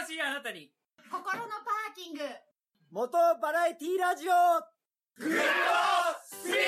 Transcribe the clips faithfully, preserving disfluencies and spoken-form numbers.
しいあなたに心のパーキング元バラエティラジオグッドスピー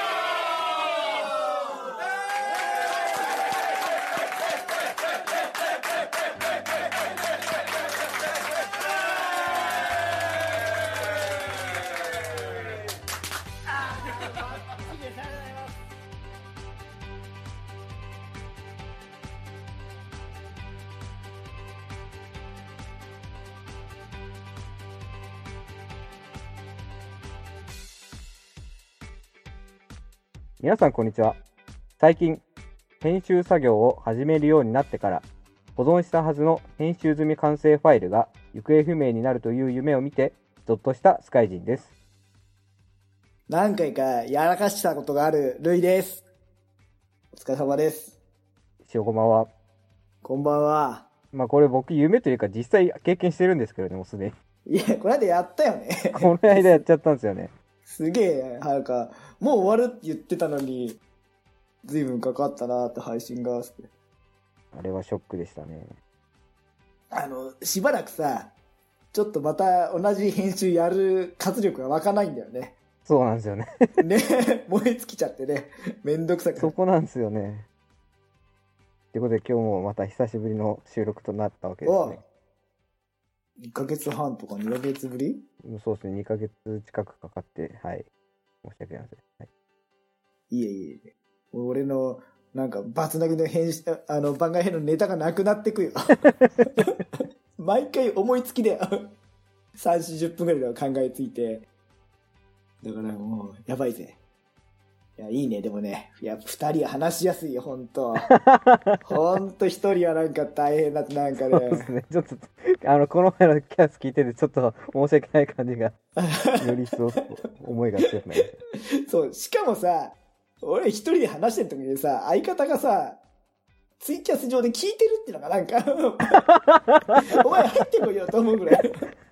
皆さんこんにちは。最近編集作業を始めるようになってから保存したはずの編集済み完成ファイルが行方不明になるという夢を見てゾッとしたスカイジンです。 何回かやらかしたことがあるルイです。お疲れ様です。 塩こんばんは。 こんばんは。 まあこれ僕夢というか実際経験してるんですけどね、もうすでに。 いや、この間やったよね。 この間やっちゃったんですよね。 すげえ、なんか、もう終わるって言ってたのに、ずいぶんかかったなって配信が。 あれはショックでしたね。 あの、しばらくさ、ちょっとまた同じ編集やる活力が湧かないんだよね。 そうなんですよね。 ね、燃え尽きちゃってね、めんどくさくそこなんですよね。ということで今日もまた久しぶりの収録となったわけですね。 いっかげつはんとかにかげつぶり？ そうですね、にかげつ近くかかって、はい。申し訳ありません。はい、 いえいえ。俺の、なんか、バツナギの編集、あの、番外編のネタがなくなってくよ。毎回思いつきで、さん、よんじゅっぷんぐらいで考えついて。だからもう、やばいぜ。いや、いいね、でもね。いや、二人は話しやすいよ、ほんと。ほんと一人はなんか大変だって、なんかね。そうですね。 ちょっと、あの、この前のキャス聞いてて、ちょっと申し訳ない感じが、より一層思いが強くなりました。そう、しかもさ、俺一人で話してる時にさ、相方がさ、ツイキャス上で聞いてるってのがなんか、お前入ってこいよと思うぐらい。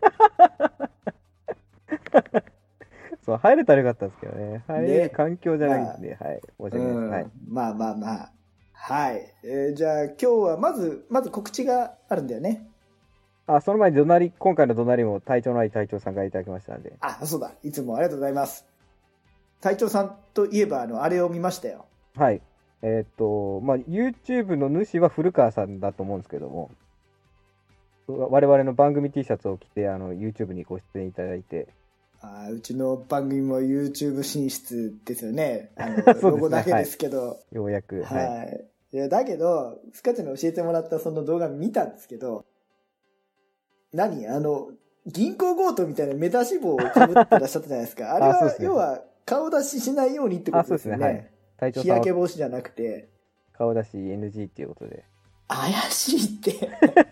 そう、入れたらよかったんですけどね。入れる環境じゃないんで、まあ、はい。申し訳ないです。はい。 まあまあまあ。はい。えー、じゃあ今日はまず、まず告知があるんだよね。 あ、その前に怒鳴り、今回の怒鳴りも隊長のあり隊長さんがいただきましたので。 あ、そうだ。いつもありがとうございます。隊長さんといえば、あの、あれを見ましたよ。 はい。えー、っと、まあ、YouTube の主は古川さんだと思うんですけども、我々の番組 T シャツを着て、あの、YouTube にご出演いただいて、 あ、うちの番組も YouTube 進出ですよね。あの、ロゴだけですけど。はい、 ようやく。 はい。はい、いやだけど、スカちゃんに教えてもらったその動画見たんですけど、何あの、銀行強盗みたいな目出し帽をかぶってらっしゃったじゃないですか。あれは、ね、要は、顔出ししないようにってことですよね。そうですね。はい。日焼け防止じゃなくて。 顔出し エヌジー っていうことで。 怪しいって。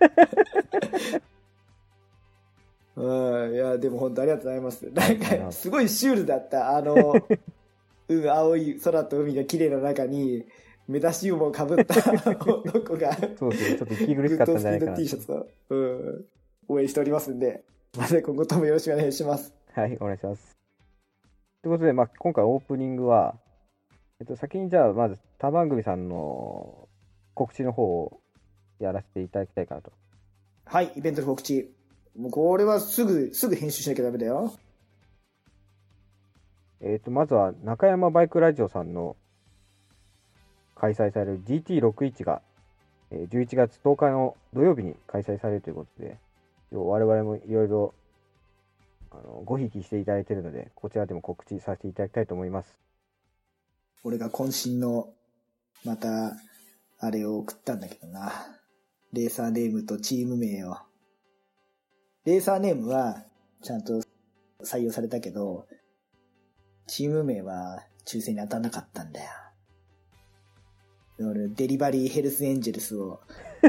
うん、いや、でも本当ありがとうございます。なんか、すごいシュールだった。あの、うん、青い空と海が綺麗な中に、目出し帽をかぶった男が、 そうですね、ちょっと息苦しかったんじゃないかな。 グッドスピード T シャツを、うん、応援しておりますんで、また今後ともよろしくお願いします。 はい、お願いします。ということで、まあ、今回オープニングは、えっと、先にじゃあ、まず、他番組さんの告知の方をやらせていただきたいかなと。 はい、イベントの告知。もうこれはすぐ、すぐ編集しなきゃダメだよ。 えっと、まずは、中山バイクラジオさんの開催される ジーティーろくじゅういち が、じゅういちがつとおかの土曜日に開催されるということで、我々もいろいろあのごひきしていただいているので、こちらでも告知させていただきたいと思います。 俺が渾身の、また、あれを送ったんだけどな。レーサーネームとチーム名を。レーサーネームは、ちゃんと採用されたけど、チーム名は抽選に当たんなかったんだよ。俺、デリバリーヘルスエンジェルスを、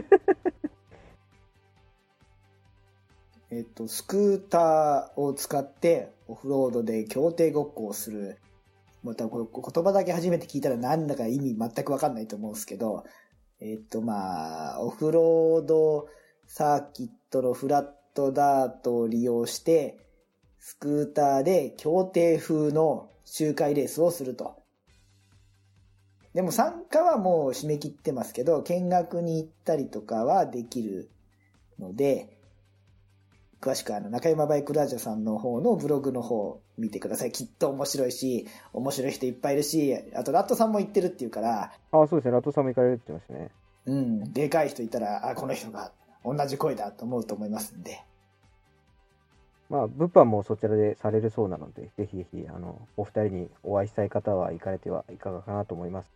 えっと、スクーターを使ってオフロードで競艇ごっこをする。またこれ言葉だけ初めて聞いたらなんだか意味全くわかんないと思うんですけど、えっとまあ、オフロードサーキットのフラットダートを利用して、スクーターで競艇風の周回レースをすると。でも参加はもう締め切ってますけど、見学に行ったりとかはできるので、 詳しくあの中山バイクラジオさんの方のブログの方を見てください。きっと面白いし、面白い人いっぱいいるし、あとラットさんも行ってるっていうから、 ああ、そうですね。ラットさんも行かれるって言ってましたね。 うん、でかい人いたら、あ、この人が同じ声だと思うと思いますんで。 まあ、物販もそちらでされるそうなので、ぜひぜひ、あの、お二人にお会いしたい方は行かれてはいかがかなと思います。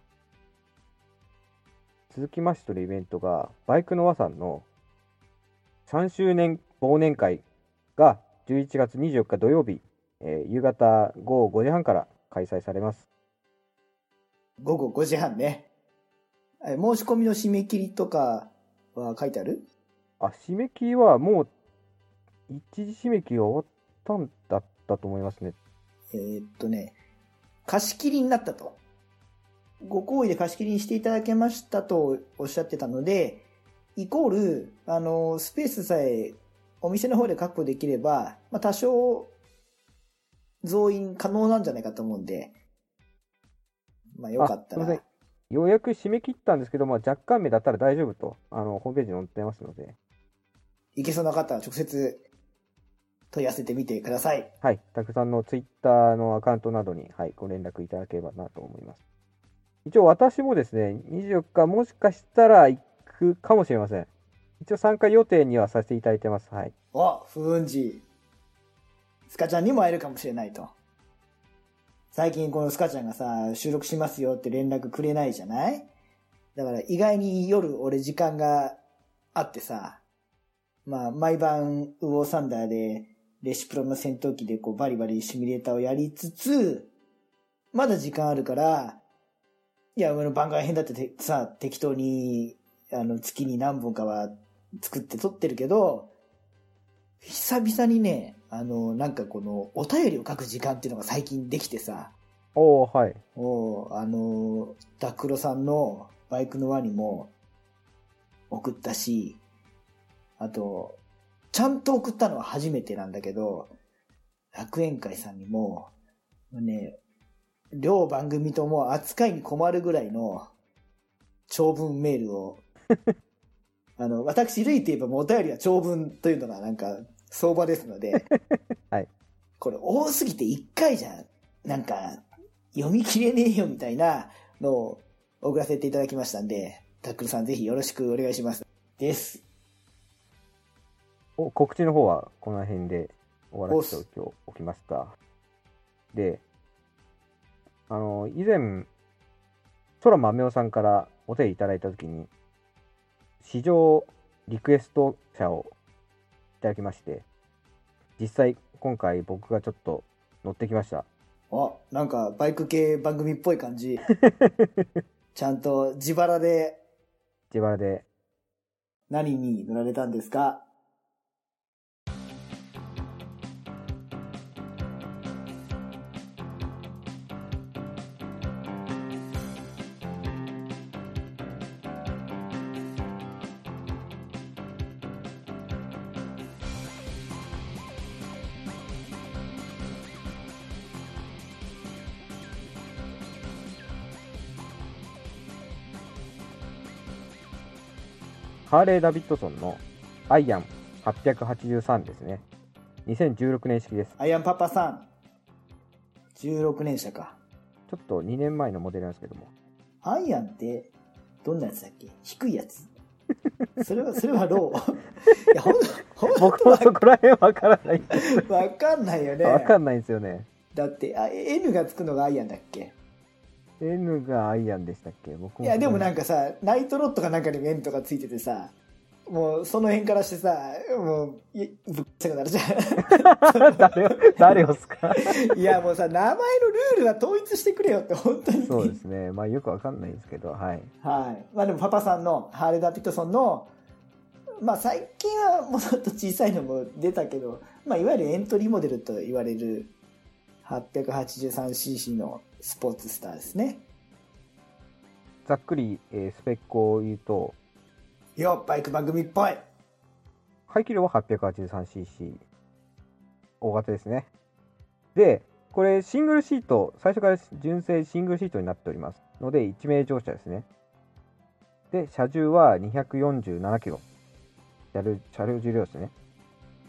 続きましてのイベントが、バイクの輪さんのさんしゅうねん忘年会がじゅういちがつにじゅうよっか土曜日、えー夕方ごごじはんから開催されます。 ごごごじはんね。え申し込みの締め切りとかは書いてある？ あ、締め切りはもう一時締め切りは終わったんだったと思いますね。 えーっとね、貸し切りになったと。ご好意で貸し切りにしていただけましたとおっしゃってたので、イコール、あの、スペースさえお店の方で確保できれば、まあ、多少増員可能なんじゃないかと思うんで、まあよかったら。 あすいませんようやく締め切ったんですけど、まあ、若干目だったら大丈夫とあのホームページに載ってますので、 行けそうな方は直接問い合わせてみてください。 はい、たくさんのツイッターのアカウントなどに、はい、ご連絡いただければなと思います。一応私もですね、にじゅうよっかもしかしたら行くかもしれません。一応参加予定にはさせていただいてます。はい。 お、ふうんじ。スカちゃんにも会えるかもしれないと。最近このスカちゃんがさ、収録しますよって連絡くれないじゃない？だから意外に夜俺時間があってさ、まあ毎晩ウオーサンダーでレシプロの戦闘機でこうバリバリシミュレーターをやりつつ、まだ時間あるから、いや、俺の番外編だっててさ、適当にあの月に何本かは作って撮ってるけど、久々にね、あの、なんかこの、お便りを書く時間っていうのが最近できてさ、 おおはい。 もう、あの、ダクロさんのバイクの輪にも送ったし、あと、ちゃんと送ったのは初めてなんだけど、楽園会さんにも、ね、両番組とも扱いに困るぐらいの長文メールを、あの、私、ルイといえばもうお便りは長文というのがなんか相場ですので、 はい。 これ多すぎていっかいじゃ、なんか、読み切れねえよみたいなのを送らせていただきましたんで、タックルさんぜひよろしくお願いします。です。 お告知の方はこの辺で終わらせておきますか。で、あの、以前、空豆雄さんからお手いただいたときに、市場リクエスト者をいただきまして、実際今回僕がちょっと乗ってきました。 あ、なんかバイク系番組っぽい感じ。ちゃんと自腹で自腹で何に乗られたんですか？ ハーレー・ダビッドソンのアイアンはっぴゃくはちじゅうさんですね。にせんじゅうろくねん式です。 アイアンパパさん。じゅうろくねん車か。 ちょっとにねんまえのモデルなんですけども。 アイアンってどんなやつだっけ？低いやつ？それは、それはロー。いや、ほんと、ほんと僕もそこら辺わからない。 わかんないよね。 わかんないんですよね。 だって、あ、N がつくのがアイアンだっけ？ N がアイアンでしたっけ？僕も。 いや、でもなんか。 かさ、ナイトロットかなんかにも N とかついててさ、もうその辺からしてさ、もう、いぶっちゃくなるじゃん。 誰を、誰をすかいや、もうさ、名前のルールは統一してくれよって、本当に。 そうですね。まあよくわかんないんですけど、はい。 はい。まあでもパパさんのハーレー・ダビッドソンの、まあ最近はもうちょっと小さいのも出たけど、まあいわゆるエントリーモデルと言われる はっぴゃくはちじゅうさんシーシー のスポーツスターですね。 ざっくり、えースペックを言うと、 よっ、バイク番組っぽい。 排気量は はっぴゃくはちじゅうさんシーシー。大型ですね。で、これシングルシート、最初から純正シングルシートになっておりますので、いち名乗車ですね。で、車重はにひゃくよんじゅうななキロ。車両車両重量ですね。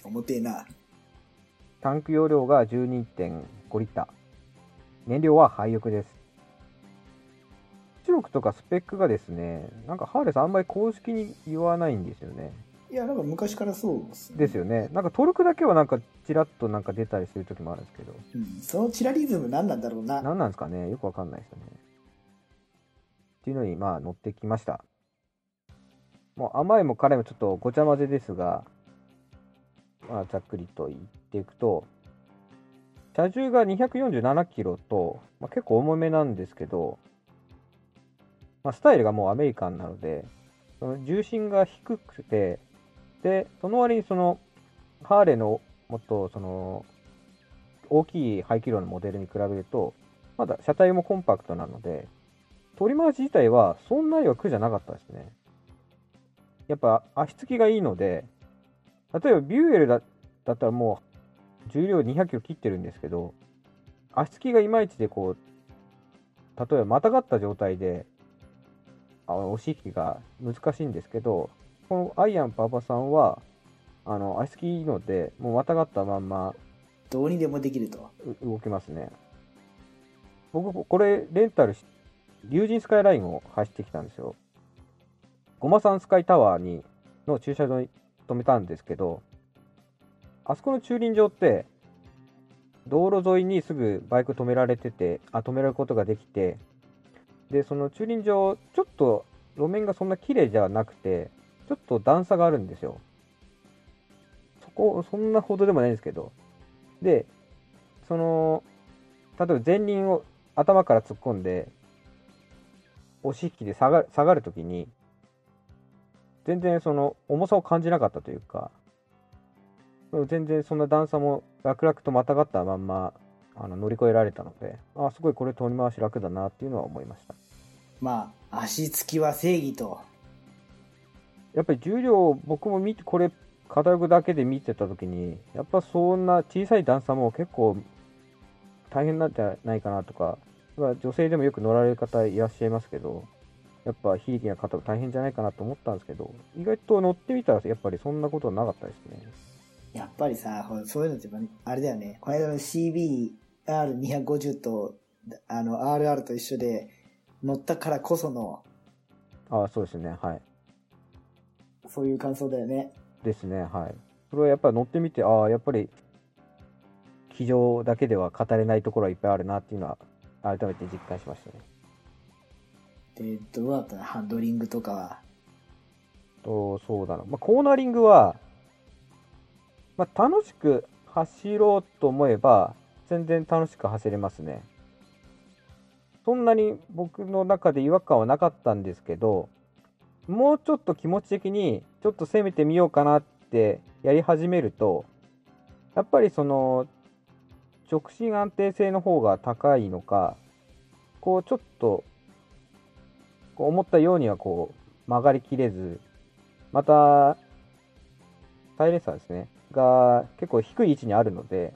重てえな。 タンク容量が じゅうにてんご リッター。燃料は廃油です。出力とかスペックがですね、なんかハーレーさんあんまり公式に言わないんですよね。 いや、なんか昔からそうですね。 ですよね。なんかトルクだけはなんかちらっとなんか出たりする時もあるんですけど。 うん、そのチラリズム何なんだろうな。 何なんですかね、よくわかんないですよね。っていうのにまあ乗ってきました。もう甘いも辛いもちょっとごちゃ混ぜですが、まあ、ざっくりと言っていくと、車重がにひゃくよんじゅうななキロと、まあ、結構重めなんですけど、まあ、スタイルがもうアメリカンなので、その重心が低くて、で、その割にその、ハーレーのもっとその、大きい排気量のモデルに比べると、まだ車体もコンパクトなので、取り回し自体はそんなには苦じゃなかったですね。やっぱ足つきがいいので、例えばビューエルだだったらもう重量にひゃくキロ切ってるんですけど、足つきがいまいちでこう、例えばまたがった状態で、あ押し引きが難しいんですけど、このアイアンパパさんは、あの足つきいいので、もうまたがったまんまどうにでもできると。 動きますね。僕、これレンタルし、龍神スカイラインを走ってきたんですよ。ごまさんスカイタワーにの駐車場に止めたんですけど、あそこの駐輪場って道路沿いにすぐバイク止められてて、あ止められることができて、でその駐輪場ちょっと路面がそんな綺麗じゃなくて、ちょっと段差があるんですよ。そこそんなほどでもないんですけど、でその例えば前輪を頭から突っ込んで押し引きで下がる下がるときに全然その重さを感じなかったというか、全然そんな段差も楽々とまたがったまんまあの乗り越えられたので、あすごいこれ取り回し楽だなっていうのは思いました。 まあ、足つきは正義と。 やっぱり重量、僕も見て、これ、カタログだけで見てたときに、やっぱそんな小さい段差も結構大変なんじゃないかなとか、女性でもよく乗られる方いらっしゃいますけど、やっぱ非力な方も大変じゃないかなと思ったんですけど、意外と乗ってみたらやっぱりそんなことはなかったですね。 やっぱりさ、ほらそういうのってあれだよね。この間の シービーアールにひゃくごじゅう とあの アールアール と一緒で乗ったからこその、 ああ、そうですね、はい。 そういう感想だよね。 ですね、はい。それはやっぱり乗ってみて、ああ、やっぱり騎乗だけでは語れないところはいっぱいあるなっていうのは改めて実感しましたね。 で、どうだったのハンドリングとかは。 と、そうだな。まあ、コーナリングは、まあ、楽しく走ろうと思えば、全然楽しく走れますね。そんなに僕の中で違和感はなかったんですけど、もうちょっと気持ち的に、ちょっと攻めてみようかなってやり始めると、やっぱりその、直進安定性の方が高いのか、こうちょっと、こう思ったようにはこう曲がりきれず、また、サイレンサーですね、が結構低い位置にあるので、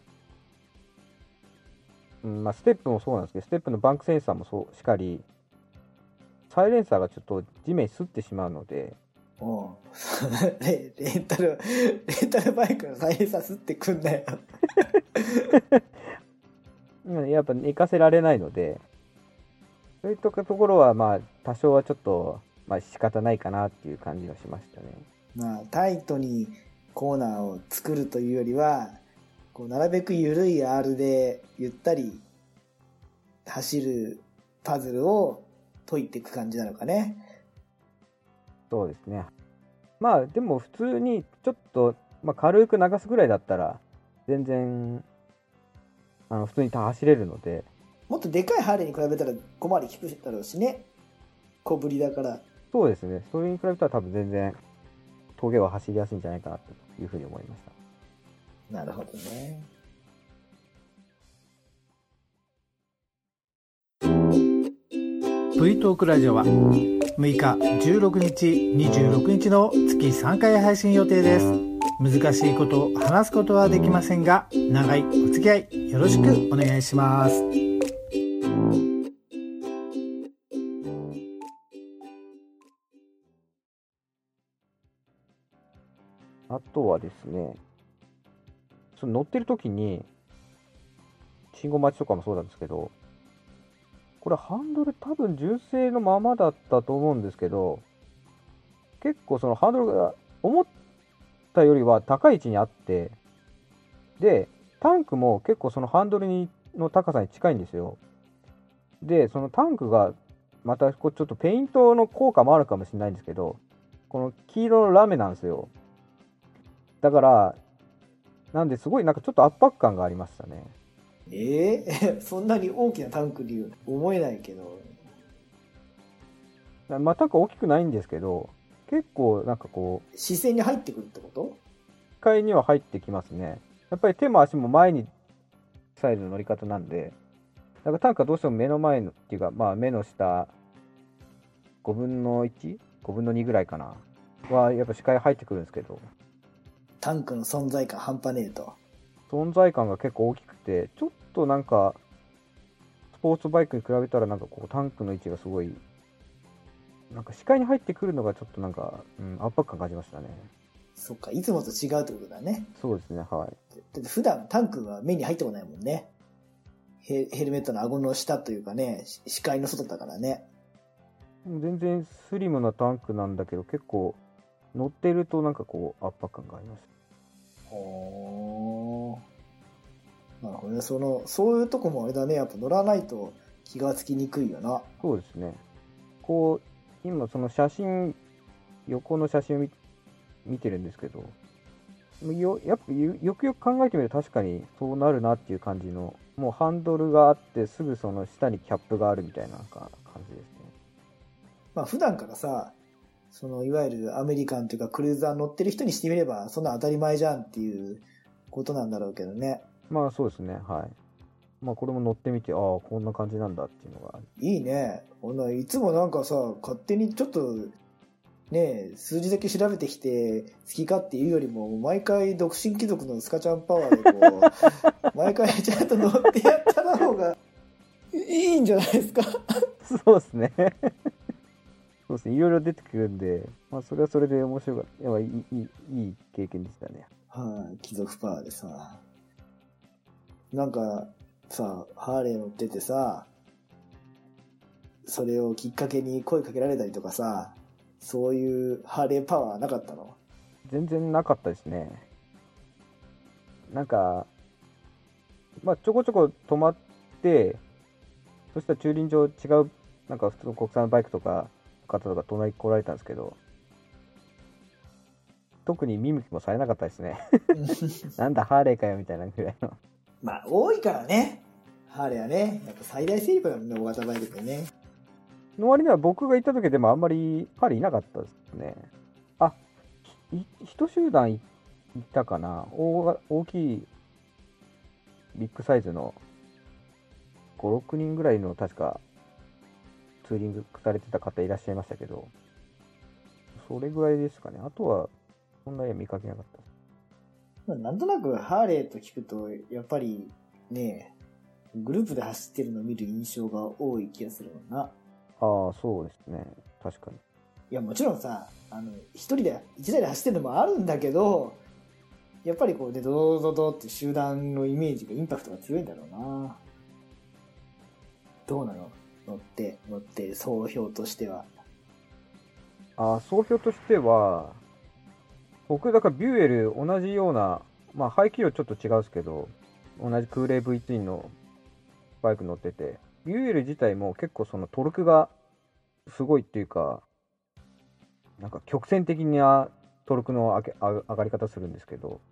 うんまあ、ステップもそうなんですけど、ステップのバンクセンサーもそうしかり、サイレンサーがちょっと地面に擦ってしまうので、 おうレレンタル、レンタルバイクのサイレンサーすってくんなよ。 うんやっぱ寝かせられないので、そういうところはまあ多少はちょっと、まあ、仕方ないかなっていう感じがしましたね。 まあ、タイトにコーナーを作るというよりは、こうなるべく緩い R でゆったり走るパズルを解いていく感じなのかね。 そうですね。まあでも普通にちょっと、まあ、軽く流すぐらいだったら全然あの普通に走れるので。 もっとでかいハーレーに比べたら小回り利くだろうしね。小ぶりだから。 そうですね。それに比べたら多分全然峠は走りやすいんじゃないかなというふうに思いました。 なるほどね。 V トークラジオはむいかじゅうろくにちにじゅうろくにちの月さんかい配信予定です。難しいことを話すことはできませんが、長いお付き合いよろしくお願いします。 あとはですね、 その乗ってる時に、信号待ちとかもそうなんですけど、これハンドル多分純正のままだったと思うんですけど、結構そのハンドルが思ったよりは高い位置にあって、で、タンクも結構そのハンドルにの高さに近いんですよ。で、そのタンクがまたこうちょっとペイントの効果もあるかもしれないんですけど、この黄色のラメなんですよ。だから、なんですごいなんかちょっと圧迫感がありましたね。 えー、そんなに大きなタンクに思えないけど。 まあ、タンク大きくないんですけど、結構なんかこう、 視線に入ってくるってこと？ 視界には入ってきますね。やっぱり手も足も前にサイズの乗り方なんで、だからタンクはどうしても目の前のっていうか、まあ目の下ごぶんの いち?ご 分のにぐらいかなはやっぱ視界入ってくるんですけど、 タンクの存在感半端ねえと。 存在感が結構大きくて、ちょっとなんかスポーツバイクに比べたらなんかこうタンクの位置がすごいなんか視界に入ってくるのがちょっとなんか、うん、圧迫感感じましたね。 そっか、いつもと違うってことだね。 そうですね、はい。 だって普段タンクは目に入ってこないもんね。ヘヘルメットの顎の下というかね、視界の外だからね。 全然スリムなタンクなんだけど、結構乗ってるとなんかこう圧迫感があります。 ほー。なるほどね。その、そういうとこもあれだね。やっぱ乗らないと気がつきにくいよな。 そうですね。こう、今その写真、横の写真を 見, 見てるんですけど、よやっぱよよくよく考えてみると確かにそうなるなっていう感じの、もうハンドルがあってすぐその下にキャップがあるみたいな感じですね。 まあ普段からさ、そのいわゆるアメリカンというかクルーザー乗ってる人にしてみればそんな当たり前じゃんっていうことなんだろうけどね。 まあそうですね、はい。まあこれも乗ってみて、ああこんな感じなんだっていうのが。 いいね。ほな、いつもなんかさ、勝手にちょっとね、数字だけ調べてきて好きかっていうよりも、毎回独身貴族のスカちゃんパワーでこう毎回ちゃんと乗ってやった方がいいんじゃないですか。 そうですね。そうですね、いろいろ出てくるんで、まあそれはそれで面白かった。やっぱいいいいいい経験でしたね。 はい、貴族パワーでさ、なんかさ、ハーレー乗っててさ、それをきっかけに声かけられたりとかさ、そういうハーレーパワーなかったの？ 全然なかったですね。なんか、まあちょこちょこ止まって、そしたら駐輪場違う、なんか普通の国産のバイクとか、方とか隣に来られたんですけど、特に見向きもされなかったですね。なんだハーレーかよみたいなぐらいの。 まあ多いからね、ハーレーはね、やっぱ最大勢力だもんね、大型バイクでね。 の割には僕が行った時でもあんまりハーレーいなかったですね。あ、い一集団いたかな。大が大きいビッグサイズのご、ろくにんぐらいの確かツーリングされてた方いらっしゃいましたけど、それぐらいですかね。あとはそんなには見かけなかったです。 まあなんとなくハーレーと聞くと、やっぱりね、グループで走ってるのを見る印象が多い気がするもんな。 ああ、そうですね。確かに。 いや、もちろんさ、あの、一人で、一台で走ってるのもあるんだけど、やっぱりこうね、ドドドドって集団のイメージが、インパクトが強いんだろうな。どうなの？乗って、乗って、総評としては。 ああ、総評としては、僕、だからビューエル同じような、まあ排気量ちょっと違うんですけど、同じ空冷 ブイツー のバイク乗ってて、ビューエル自体も結構そのトルクがすごいっていうか、なんか曲線的なトルクの上げ上がり方するんですけど、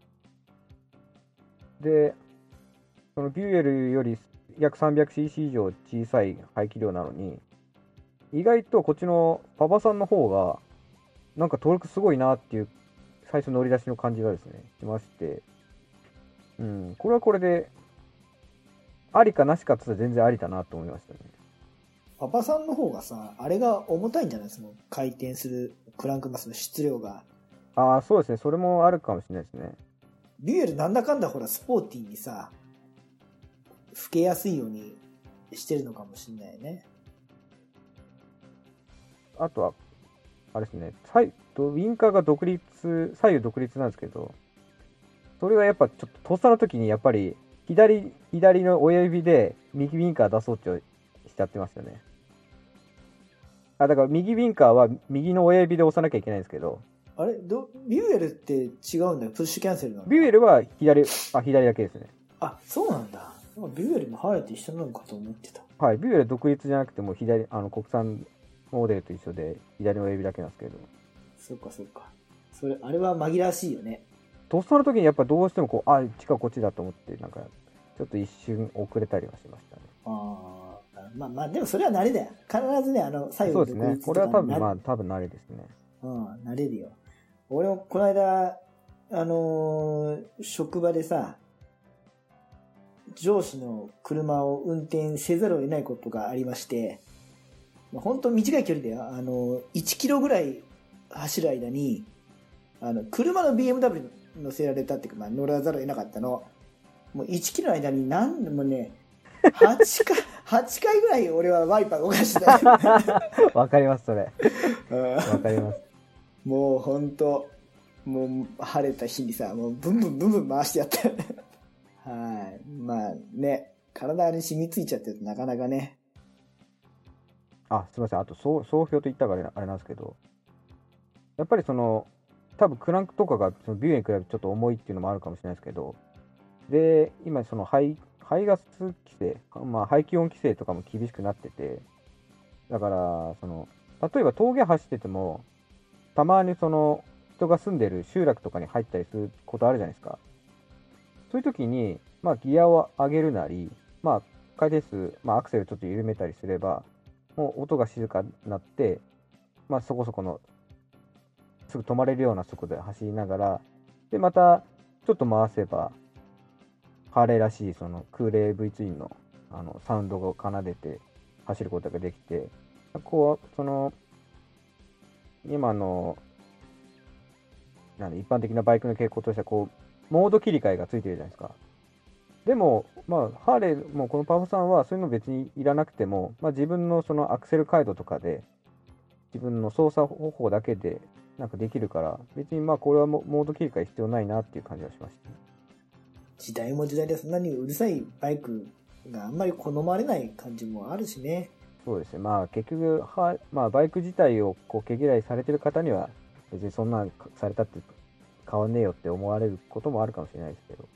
で、そのビューエルより約 さんびゃくシーシー 以上小さい排気量なのに、意外とこっちのパパさんの方が、なんかトルクすごいなっていう最初乗り出しの感じがですね、しまして、うん、これはこれで、ありかなしかって言ったら全然ありだなと思いましたね。 パパさんの方がさ、あれが重たいんじゃない？その回転するクランクマスの質量が。 ああ、そうですね。それもあるかもしれないですね。 ビューエルなんだかんだほら、スポーティーにさ、吹けやすいようにしてるのかもしれないね。 あとは、あれですね、サイウィンカーが独立、左右独立なんですけど、 それはやっぱちょっととっさの時にやっぱり左、左の親指で右ウィンカー出そうとしちゃってますよね。あ、だから右ウィンカーは右の親指で押さなきゃいけないんですけど、 あれどビュエルって違うんだよ。プッシュキャンセルなの。 ビュエルは左、あ、左だけですね。 あ、そうなんだ。ビュエルもハーレーと一緒なのかと思ってた。 はい、ビュエル独立じゃなくても左、あの国産モデルと一緒で左の親指だけなんですけど。 そっかそっか。それ、あれは紛らわしいよね。 とっさの時にやっぱどうしてもこう、あ、違うこっちだと思って、なんか、ちょっと一瞬遅れたりはしましたね。 ああ、まあまあ、でもそれは慣れだよ。必ずね、あの、最後そうですね。これは多分、まあ、多分慣れですね。 うん、慣れるよ。俺もこの間、あのー職場でさ、上司の車を運転せざるを得ないことがありまして、本当短い距離だよ。あの、いちキロぐらい走る間に、あの、車の ビーエムダブリュー に乗せられたっていうか、まあ、乗らざるを得なかったの。もういちキロの間に何でもね、はちかい、はちかいぐらい俺はワイパー動かしてたよ。 わかります、それ。 うんわかります。 もう本当もう晴れた日にさ、もうブンブンブンブン回してやったよね。はい。まあね、体に染みついちゃってるとなかなかね。 あ、すみません。あと、総総評と言ったからあれあれなんですけど、やっぱりその、多分クランクとかがそのビューエに比べてちょっと重いっていうのもあるかもしれないですけど、で、今その排、排ガス規制、まあ排気音規制とかも厳しくなってて、だから、その、例えば峠走ってても、たまにその、人が住んでる集落とかに入ったりすることあるじゃないですか。そういう時に、まあギアを上げるなり、まあ回転数、まあアクセルちょっと緩めたりすれば、もう音が静かになって、まあそこそこの、すぐ止まれるような速度で走りながら、で、またちょっと回せば、ハーレーらしいその空冷 ブイツインのあのサウンドを奏でて走ることができて、こう、その、今の、なんで一般的なバイクの傾向としては、こう、モード切り替えがついてるじゃないですか。でも、まあ、ハーレーもこのパフさんはそういうの別にいらなくても、まあ、自分のそのアクセル回路とかで、自分の操作方法だけでなんかできるから、別にまあこれはモード切り替え必要ないなっていう感じがしました。 時代も時代でそんなにうるさいバイクがあんまり好まれない感じもあるしね。 そうですね。まあ結局は、まあ、バイク自体をこう毛嫌いされてる方には、別にそんなされたって変わんねえよって思われることもあるかもしれないですけど。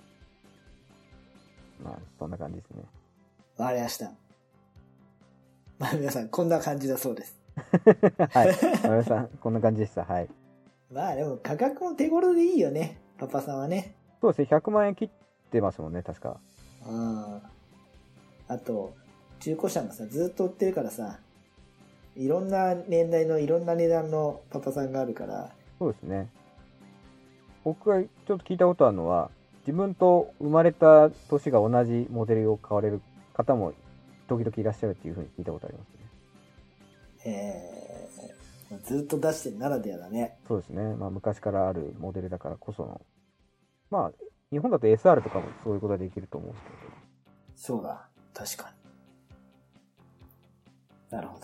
まあ、そんな感じですね。 わかりました。まあ皆さん、こんな感じだそうです。 はい。皆さん、こんな感じでした。はい。 まあでも価格も手頃でいいよね。パパさんはね。 そうですね。ひゃくまんえん切ってますもんね、確か。 うん。あと、中古車もさ、ずっと売ってるからさ、いろんな年代のいろんな値段のパパさんがあるから。 そうですね。僕がちょっと聞いたことあるのは、自分と生まれた年が同じモデルを買われる方も時々いらっしゃるっていうふうに聞いたことありますね。 えー、ずっと出してるならではだね。 そうですね。まあ昔からあるモデルだからこその。まあ、日本だと エスアール とかもそういうことができると思うんですけど。 そうだ。確かに。なるほど。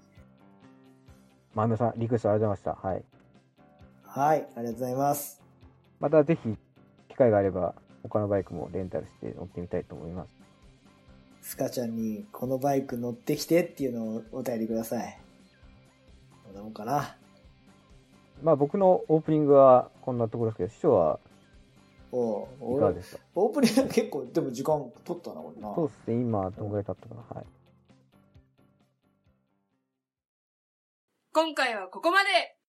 まあ、皆さん、リクエストありがとうございました。はい。 はい、ありがとうございます。 またぜひ、機会があれば、他のバイクもレンタルして乗ってみたいと思います。 スカちゃんにこのバイク乗ってきてっていうのをお便りください。どんなもんかな。 まあ僕のオープニングはこんなところですけど、師匠はおういかがですか？ オープニング結構でも時間取ったな、これな。 そうですね、今どんぐらい経ったかな。はい。 今回はここまで。